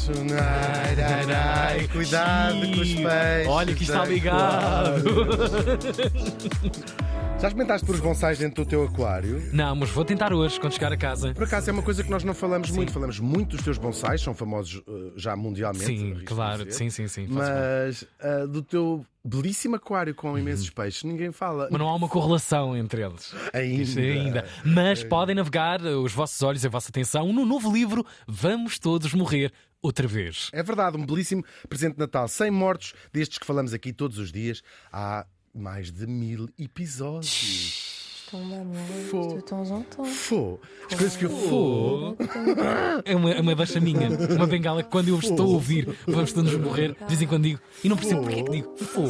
Ai, ai, ai, cuidado com os peixes. Olha que está ligado. Já experimentaste por os bonsais dentro do teu aquário? Não, mas vou tentar hoje, quando chegar a casa. Por acaso é uma coisa que nós não falamos muito. Falamos muito dos teus bonsais, são famosos já mundialmente. Sim, arrisco claro, dizer. sim. Mas do teu belíssimo aquário com imensos peixes, ninguém fala. Mas não há uma correlação entre eles. Ainda. Mas podem navegar os vossos olhos e a vossa atenção no novo livro Vamos Todos Morrer Outra Vez. É verdade, um belíssimo presente de Natal. 100 mortos, destes que falamos aqui todos os dias. Há mais de 1000 episódios. Tombe à mort Faux. de temps en temps. Fô! As coisas que eu Fô. É uma baixa minha, uma bengala que quando eu estou a ouvir Vamos Todos Morrer, de vez em quando digo, e não percebo porque é que digo Fô.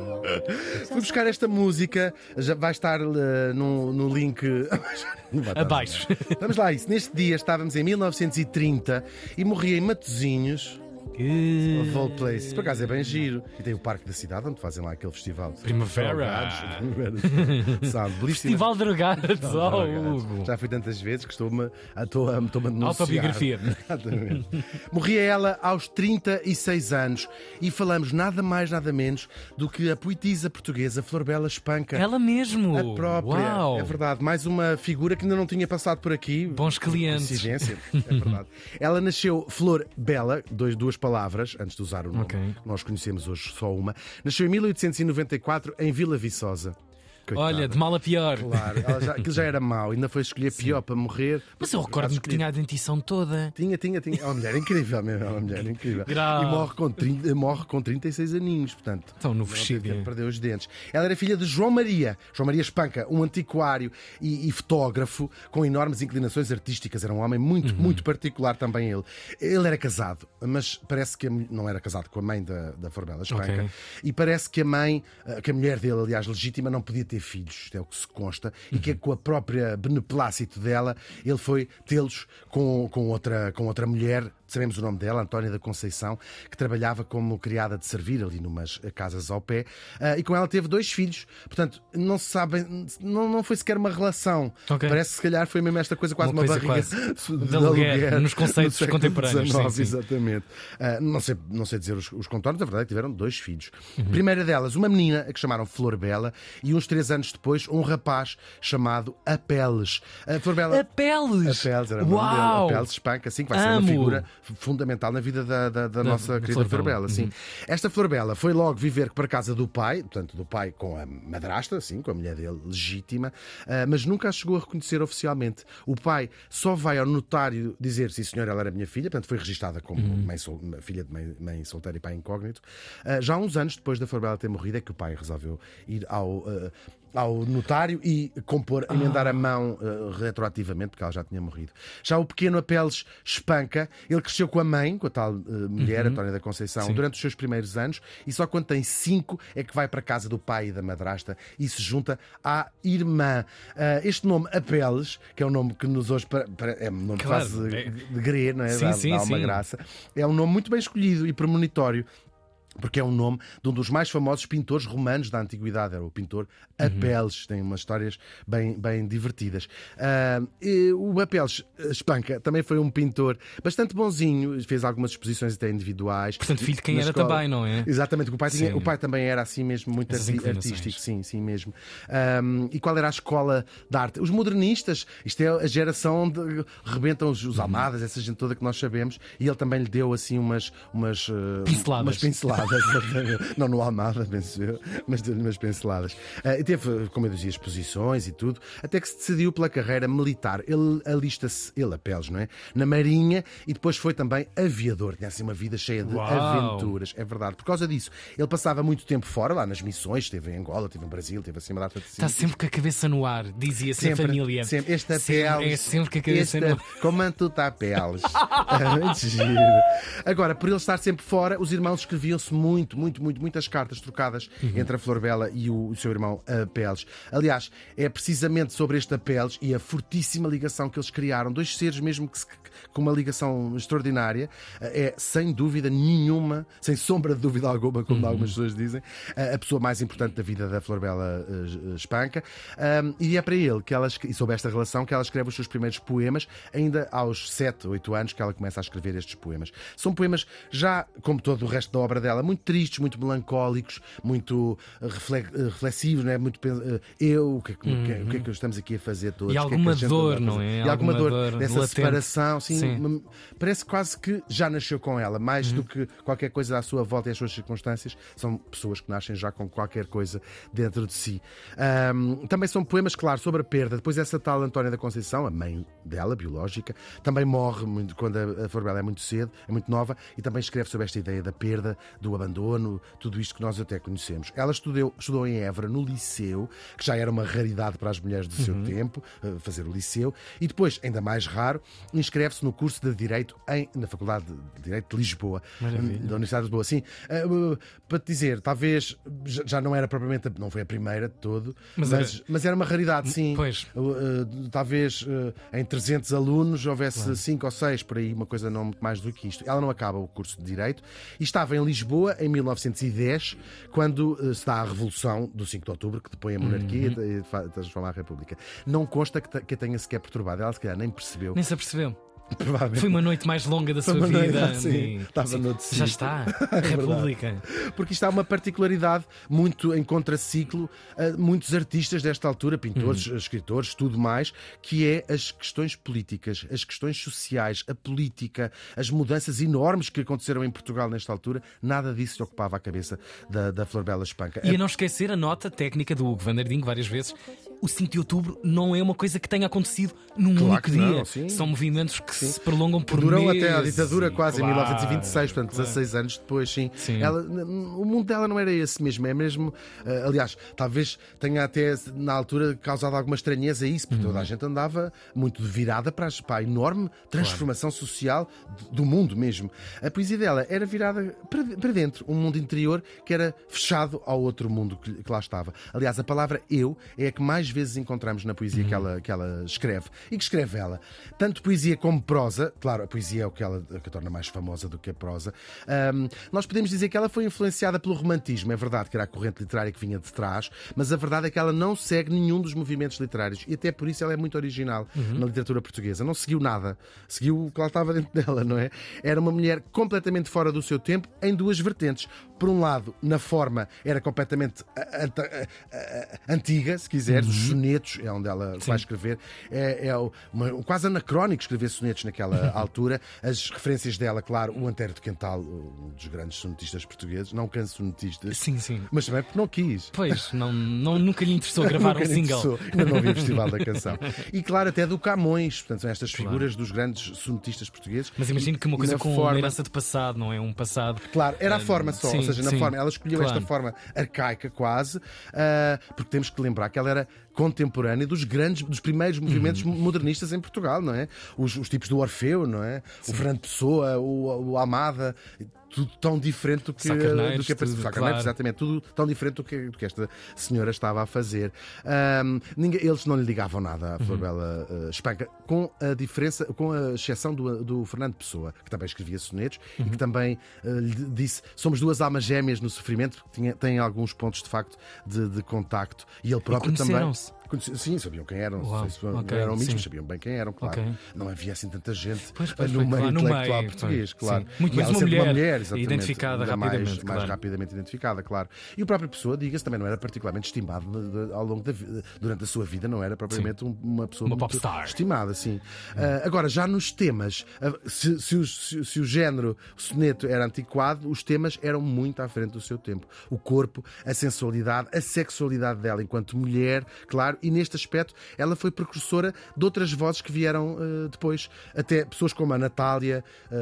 Fui buscar esta música, já vai estar no link Não vai estar, Abaixo. não. Vamos lá, isso. Neste dia estávamos em 1930 e morria em Matosinhos. Of all places. Por acaso é bem giro. E tem o Parque da Cidade, onde fazem lá aquele festival. Primavera. Sabe, belíssimo. Festival de Drogados, Hugo. Já fui tantas vezes que estou-me a denunciar. Autobiografia. Exatamente. Morria ela aos 36 anos e falamos nada mais, nada menos do que a poetisa portuguesa Flor Bela Espanca. Ela mesmo. A própria. Uau. É verdade. Mais uma figura que ainda não tinha passado por aqui. Bons clientes. Coincidência. É verdade. Ela nasceu Flor Bela, duas palavras, antes de usar o nome. Ok. Nós conhecemos hoje só uma. Nasceu em 1894 em Vila Viçosa. Coitada. Olha, de mal a pior. Claro, aquilo já era mau, ainda foi escolher pior para morrer. Mas eu recordo-me que tinha a dentição toda. Tinha. É uma mulher incrível mesmo, é uma mulher incrível. Grave. E morre com 36 aninhos, portanto. Então, no não teve vestido. tempo de perder os dentes. Ela era filha de João Maria Espanca, um antiquário e fotógrafo com enormes inclinações artísticas. Era um homem muito particular também ele. Ele era casado, mas parece que não era casado com a mãe da Flor Bela Espanca. Ok. E parece que a mulher dele, aliás, legítima, não podia ter filhos, isto é o que se consta, e que com a própria beneplácito dela, ele foi tê-los com outra mulher. Sabemos o nome dela, Antónia da Conceição, que trabalhava como criada de servir ali numas casas ao pé, e com ela teve 2 filhos. Portanto, não se sabe, não foi sequer uma relação. Ok. Parece que se calhar foi mesmo esta coisa, quase uma Uma coisa barriga de aluguer, nos conceitos no século contemporâneos, XIX, sim. exatamente. Não sei dizer os contornos, a verdade é que tiveram 2 filhos. Primeira delas, uma menina, a que chamaram Flor Bela, e uns 3 anos depois, um rapaz chamado Apeles. A Flor Bela. Apeles! Apeles era o nome dele. Uau! Apeles Espanca, assim, que vai ser uma Amo! figura fundamental na vida da nossa querida Flor Flor Bela. Bela. Sim. Esta Flor Bela foi logo viver para a casa do pai, portanto, do pai com a madrasta, assim, com a mulher dele legítima, mas nunca a chegou a reconhecer oficialmente. O pai só vai ao notário dizer: sim, senhor, ela era minha filha, portanto, foi registada como filha de mãe solteira e pai incógnito. Já uns anos depois da Flor Bela ter morrido, é que o pai resolveu ir ao notário e emendar a mão retroativamente, porque ela já tinha morrido. Já o pequeno Apeles Espanca, ele cresceu com a mãe, com a tal mulher, Antónia da Conceição, Sim. durante os seus primeiros anos, e só quando tem 5 é que vai para a casa do pai e da madrasta e se junta à irmã. Este nome Apeles, que é um nome que nos hoje é um nome Claro, quase é. de grê, não é? Sim, Dá uma sim. graça. É um nome muito bem escolhido e premonitório, porque é o nome de um dos mais famosos pintores romanos da antiguidade. Era o pintor Apeles. Tem umas histórias bem divertidas. O Apeles Espanca também foi um pintor bastante bonzinho, fez algumas exposições até individuais. Portanto, filho de quem na era escola. também, não é? Exatamente, Sim. o pai também era assim mesmo, muito Essas inclinações. artístico. Sim mesmo. E qual era a escola de arte? Os modernistas. Isto é a geração onde rebentam os Almadas, essa gente toda que nós sabemos, e ele também lhe deu assim umas pinceladas. Não no Almada, penso eu, mas deu-lhe umas pinceladas. E teve, como eu dizia, exposições e tudo, até que se decidiu pela carreira militar. Ele alista-se, Apeles, não é? Na Marinha, e depois foi também aviador. Tinha assim uma vida cheia de Uau! aventuras. É verdade. Por causa disso, ele passava muito tempo fora, lá nas missões, esteve em Angola, esteve em Brasil, esteve assim uma data de Está sempre com a cabeça no ar, dizia-se na família. Sempre. Este Sempre, Apeles. é sempre com a cabeça no ar. Como tu está Apeles. Muito giro. Agora, por ele estar sempre fora, os irmãos escreviam-se muitas cartas trocadas entre a Florbela e o seu irmão Apeles. Aliás, é precisamente sobre este Apeles e a fortíssima ligação que eles criaram, dois seres mesmo com uma ligação extraordinária, é sem dúvida nenhuma, sem sombra de dúvida alguma, como algumas pessoas dizem, a pessoa mais importante da vida da Florbela Espanca. E é para ele que ela, e sobre esta relação, que ela escreve os seus primeiros poemas, ainda aos 7, 8 anos que ela começa a escrever estes poemas. São poemas já, como todo o resto da obra dela, muito tristes, muito melancólicos, muito reflexivos, não é? Muito o que é que estamos aqui a fazer todos? E alguma dor, não é? E alguma dor dessa latente. separação, sim. Parece quase que já nasceu com ela, mais do que qualquer coisa à sua volta e às suas circunstâncias. São pessoas que nascem já com qualquer coisa dentro de si. Também são poemas, claro, sobre a perda. Depois essa tal Antónia da Conceição, a mãe dela, biológica, também morre muito, quando a Florbela é muito cedo, é muito nova, e também escreve sobre esta ideia da perda, do abandono, tudo isto que nós até conhecemos. Ela estudou em Évora, no liceu, que já era uma raridade para as mulheres do seu tempo, fazer o liceu, e depois, ainda mais raro, inscreve-se no curso de Direito na Faculdade de Direito de Lisboa, Maravilha. da Universidade de Lisboa. Sim, para te dizer, talvez já não era propriamente, não foi a primeira de todo, mas era uma raridade, sim. Pois. Talvez em 300 alunos houvesse 5 ou 6 por aí, uma coisa não muito mais do que isto. Ela não acaba o curso de Direito e estava em Lisboa em 1910, quando se dá a Revolução do 5 de Outubro, que depõe a monarquia e transforma a República. Não consta que a tenha sequer perturbado. Ela se calhar nem percebeu. Nem se apercebeu. Provavelmente. Foi uma noite mais longa da sua vida. Sim, estava no Já está. República. Porque isto há uma particularidade muito em contraciclo. Muitos artistas desta altura, pintores, escritores, tudo mais, que é as questões políticas, as questões sociais, a política, as mudanças enormes que aconteceram em Portugal nesta altura. Nada disso lhe ocupava a cabeça da Florbela Espanca. E a não esquecer a nota técnica do Hugo van der Ding várias vezes. O 5 de Outubro não é uma coisa que tenha acontecido num único dia. Não, sim. São movimentos que se prolongam por Durou meses. até a ditadura quase em Claro, 1926, portanto 16 anos depois, sim. O mundo dela não era esse mesmo, é mesmo. Aliás, talvez tenha até na altura causado alguma estranheza isso, porque toda a gente andava muito virada para a enorme transformação social do mundo mesmo. A poesia dela era virada para dentro, um mundo interior que era fechado ao outro mundo que lá estava. Aliás, a palavra eu é a que mais vezes encontramos na poesia que ela escreve e que escreve ela. Tanto poesia como prosa, claro, a poesia é o que a torna mais famosa do que a prosa. Nós podemos dizer que ela foi influenciada pelo romantismo, é verdade que era a corrente literária que vinha de trás, mas a verdade é que ela não segue nenhum dos movimentos literários e até por isso ela é muito original na literatura portuguesa. Não seguiu nada, seguiu o que lá estava dentro dela, não é? Era uma mulher completamente fora do seu tempo em duas vertentes. Por um lado, na forma, era completamente antiga, se quiseres, os sonetos é onde ela vai escrever, quase anacrónico escrever sonetos naquela altura. As referências dela, claro, o Antero de Quental, um dos grandes sonetistas portugueses, não cancionetistas, Sim. mas também porque não quis. Pois, nunca lhe interessou gravar Nunca um lhe single. interessou. Ainda não vi o Festival da Canção. E claro, até do Camões, portanto, são estas figuras dos grandes sonetistas portugueses. Mas imagino que uma E coisa na com forma... uma herança de passado, não é? Um passado. Claro, era a forma só, sim, ou seja, na sim, forma. Ela escolheu claro. esta forma arcaica quase, porque temos que lembrar que ela era contemporânea dos primeiros movimentos modernistas em Portugal, não é? Os tipos do Orfeu, não é? Sim. O Fernando Pessoa, o Almada, tudo tão diferente do que Sacarneiros, Sacarneiros, claro. exatamente, tudo tão diferente do que esta senhora estava a fazer. Eles não lhe ligavam nada à Florbela Espanca, com a exceção do Fernando Pessoa, que também escrevia sonetos e que também lhe disse: somos duas almas gêmeas no sofrimento, porque tem alguns pontos de facto de contacto, e ele próprio também. conheceram-se? Sim, sabiam quem eram. Uau, Não sei se ok, eram amigos, sim. mas sabiam bem quem eram, claro. Ok. Não havia assim tanta gente Pois, no meio claro, no intelectual meio, português, sim. claro. Muito E mais ela uma sempre mulher, exatamente, identificada ainda rapidamente, mais claro. rapidamente identificada, claro. E o próprio Pessoa, diga-se, também não era particularmente estimado ao longo da vida. Durante a sua vida não era propriamente uma pessoa Uma muito popstar. estimada, sim. Agora, já nos temas, se o género soneto era antiquado, os temas eram muito à frente do seu tempo. O corpo, a sensualidade, a sexualidade dela enquanto mulher, claro, Claro, e neste aspecto ela foi precursora de outras vozes que vieram depois, até pessoas como a Natália,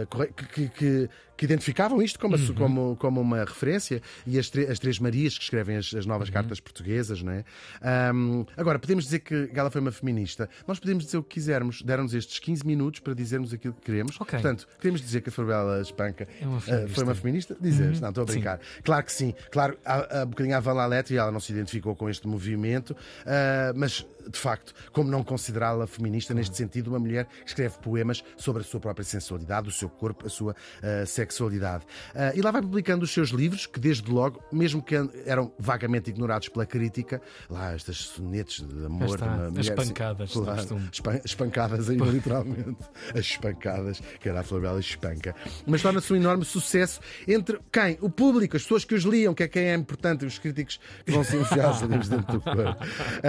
que identificavam isto como uma referência, e as Três Marias, que escrevem as novas cartas portuguesas, não é? Agora, podemos dizer que ela foi uma feminista. Nós podemos dizer o que quisermos. Deram-nos estes 15 minutos para dizermos aquilo que queremos. Ok. Portanto, queremos dizer que a Floribela Espanca feminista. foi uma feminista? Dizes? Não, estou a brincar. Claro que sim. Claro, há um bocadinho a Van Lalette, e ela não se identificou com este movimento, mas, de facto, como não considerá-la feminista neste sentido, uma mulher que escreve poemas sobre a sua própria sensualidade, o seu corpo, a sua sexualidade. E lá vai publicando os seus livros, que desde logo, mesmo que eram vagamente ignorados pela crítica, lá estas sonetos de amor de uma mulher, as pancadas, claro, espancadas ainda, literalmente. As espancadas, que era a Floribela Espanca. Mas torna-se um enorme sucesso entre quem? O público, as pessoas que os liam, que é quem é importante, os críticos que vão se enfiar os livros dentro do corpo.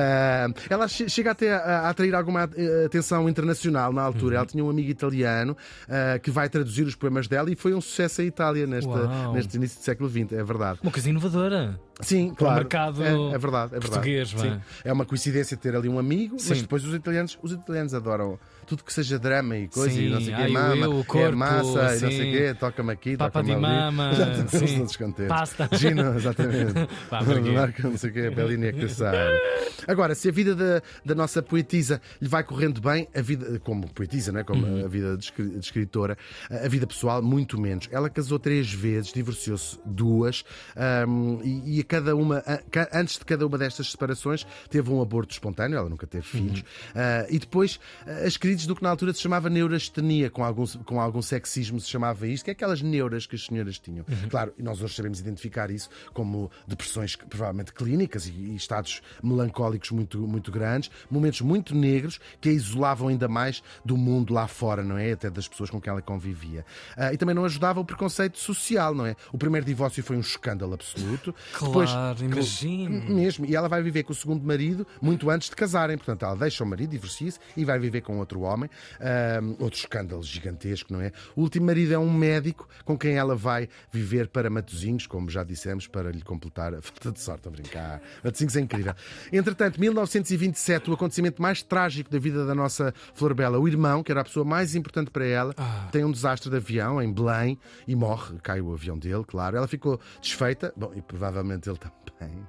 Ela chega até a atrair alguma atenção internacional na altura. Ela tinha um amigo italiano que vai traduzir os poemas dela, e foi um sucesso em Itália neste início do século XX, é verdade. Uma coisa inovadora. Sim, Para claro. o mercado é verdade. português. Sim. É uma coincidência ter ali um amigo, Sim. mas depois os italianos adoram tudo que seja drama e coisa, Sim. e não sei o quê, Ai, mama, o corpo, é massa, e não sim. sei o quê, toca-me aqui, Papa toca-me di ali. mama, Já estamos sim. todos contentes. Pasta. Gino, exatamente. Pá, porquê? Marca, não sei o quê, Bellini é que sabe. Agora, se a vida da nossa poetisa lhe vai correndo bem, a vida como poetisa, não é? Como a vida de escritora, a vida pessoal, muito menos. Ela casou 3 vezes, divorciou-se 2, e a cada uma, antes de cada uma destas separações, teve um aborto espontâneo, ela nunca teve filhos, e depois as crises do que na altura se chamava neurastenia, com algum sexismo se chamava isto, que é aquelas neuras que as senhoras tinham. Claro, e nós hoje sabemos identificar isso como depressões provavelmente clínicas e estados melancólicos muito, muito grandes, momentos muito negros que a isolavam ainda mais do mundo lá fora, não é? Até das pessoas com quem ela convivia. E também não ajudava o preconceito social, não é? O primeiro divórcio foi um escândalo absoluto. Claro, imagino. Mesmo, e ela vai viver com o segundo marido muito antes de casarem. Portanto, ela deixa o marido, divorcia-se e vai viver com outro homem. Outro escândalo gigantesco, não é? O último marido é um médico com quem ela vai viver para Matosinhos, como já dissemos, para lhe completar a falta de sorte, a brincar. Matosinhos é incrível. Entretanto, 1927, o acontecimento mais trágico da vida da nossa Floribela, o irmão, que era a pessoa mais importante para ela, tem um desastre de avião em Belém e morre. Cai o avião dele, claro. Ela ficou desfeita, bom, e provavelmente ele também.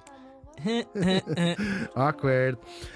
Awkward.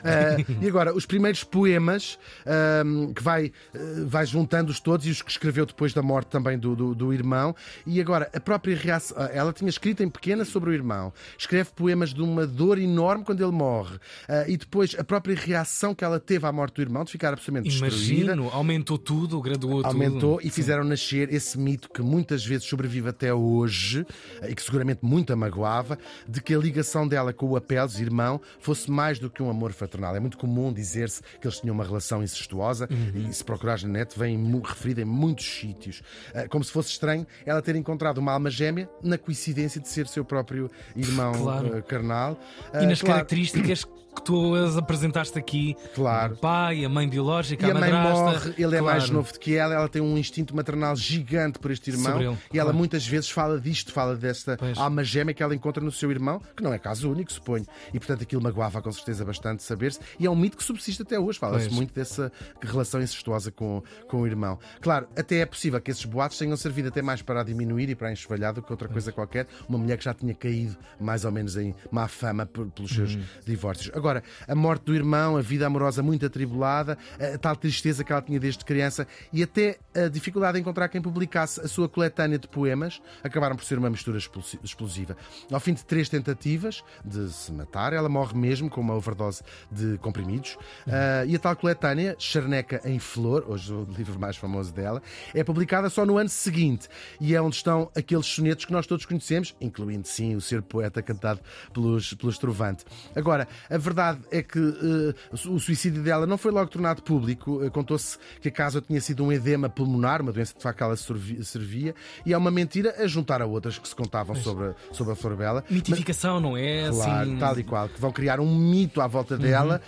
E agora, os primeiros poemas que vai juntando-os todos, e os que escreveu depois da morte também do irmão. E agora, a própria reação. Ela tinha escrito em pequena sobre o irmão, escreve poemas de uma dor enorme quando ele morre, e depois a própria reação que ela teve à morte do irmão, de ficar absolutamente destruída. Imagino, aumentou tudo, graduou tudo. Aumentou e fizeram nascer esse mito que muitas vezes sobrevive até hoje, e que seguramente muito a magoava, de que a ligação dela com o Apeles, irmão, fosse mais do que um amor fraternal. É muito comum dizer-se que eles tinham uma relação incestuosa, e se procurares na net vem referido em muitos sítios. Como se fosse estranho ela ter encontrado uma alma gêmea na coincidência de ser seu próprio irmão carnal. E nas características que tu as apresentaste aqui, claro. O pai, a mãe biológica, E a a mãe madrasta, morre, ele é claro. mais novo do que ela tem um instinto maternal gigante por este irmão, Sobre ele, e ela claro. muitas vezes fala disto, fala desta Pois. alma gêmea que ela encontra no seu irmão, que não é caso único, suponho, e portanto aquilo magoava com certeza bastante saber-se, e é um mito que subsiste até hoje, fala-se Pois. muito dessa relação incestuosa com o irmão. Claro, até é possível que esses boatos tenham servido até mais para a diminuir e para a enxovalhar do que outra coisa qualquer, uma mulher que já tinha caído mais ou menos em má fama pelos seus divórcios. Agora, a morte do irmão, a vida amorosa muito atribulada, a tal tristeza que ela tinha desde criança, e até a dificuldade em encontrar quem publicasse a sua coletânea de poemas, acabaram por ser uma mistura explosiva. Ao fim de 3 tentativas de se matar, ela morre mesmo com uma overdose de comprimidos, e a tal coletânea, Charneca em Flor, hoje o livro mais famoso dela, é publicada só no ano seguinte, e é onde estão aqueles sonetos que nós todos conhecemos, incluindo, sim, o Ser Poeta cantado pelos Trovante. Agora, a verdade é que o suicídio dela não foi logo tornado público. Contou-se que a causa tinha sido um edema pulmonar, uma doença de facto que ela servia, e é uma mentira a juntar a outras que se contavam sobre a Floribela. Mitificação, não é? Claro, Assim... tal e qual, que vão criar um mito à volta dela,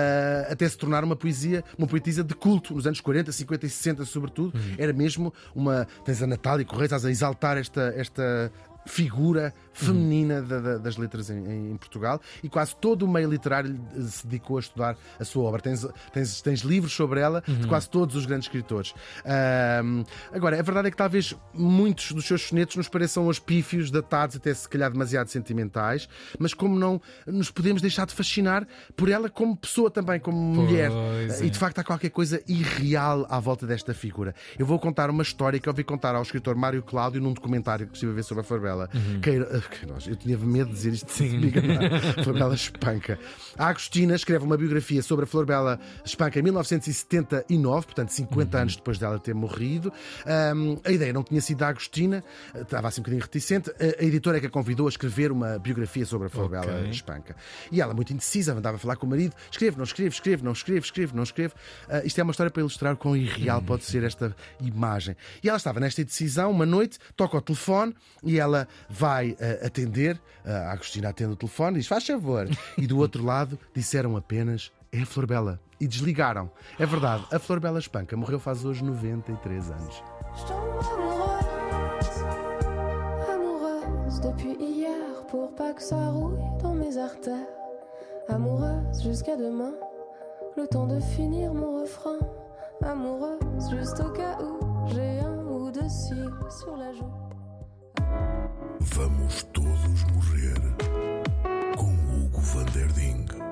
até se tornar uma poetisa de culto, nos anos 40, 50 e 60 sobretudo. Era mesmo uma... Tens a Natália Correia, estás a exaltar esta figura feminina das letras em Portugal, e quase todo o meio literário se dedicou a estudar a sua obra. Tens livros sobre ela de quase todos os grandes escritores. Agora, a verdade é que talvez muitos dos seus sonetos nos pareçam aos pífios, datados, até se calhar demasiado sentimentais, mas como não nos podemos deixar de fascinar por ela como pessoa também, como mulher. Pois é. E de facto há qualquer coisa irreal à volta desta figura. Eu vou contar uma história que eu ouvi contar ao escritor Mário Cláudio num documentário que estive a ver sobre a Flor Bela. Eu tinha medo de dizer isto. Sim. Flor Bela Espanca. A Agostina escreve uma biografia sobre a Flor Bela Espanca em 1979, portanto 50 anos depois dela ter morrido. A ideia não tinha sido da Agostina, estava assim um bocadinho reticente. A editora é que a convidou a escrever uma biografia sobre a Flor Bela Espanca. E ela, muito indecisa, andava a falar com o marido: escreve, não escreve, escreve, não escreve, escreve, não escreve. Isto é uma história para ilustrar o quão irreal pode ser esta imagem. E ela estava nesta indecisão, uma noite, toca o telefone e ela vai atender. A Agostina atende o telefone e diz: faz favor. E do outro lado disseram apenas: é a Flor Bela. E desligaram. É verdade, a Flor Bela Espanca morreu faz hoje 93 anos. Je tombe amoureuse depuis hier, pour pas que ça rouille dans mes artères. Amoureuse jusqu'à demain, le temps de finir mon refrain. Amoureuse juste au cas où j'ai un ou deux cils sur la joue. Vamos todos morrer com Hugo van der Ding.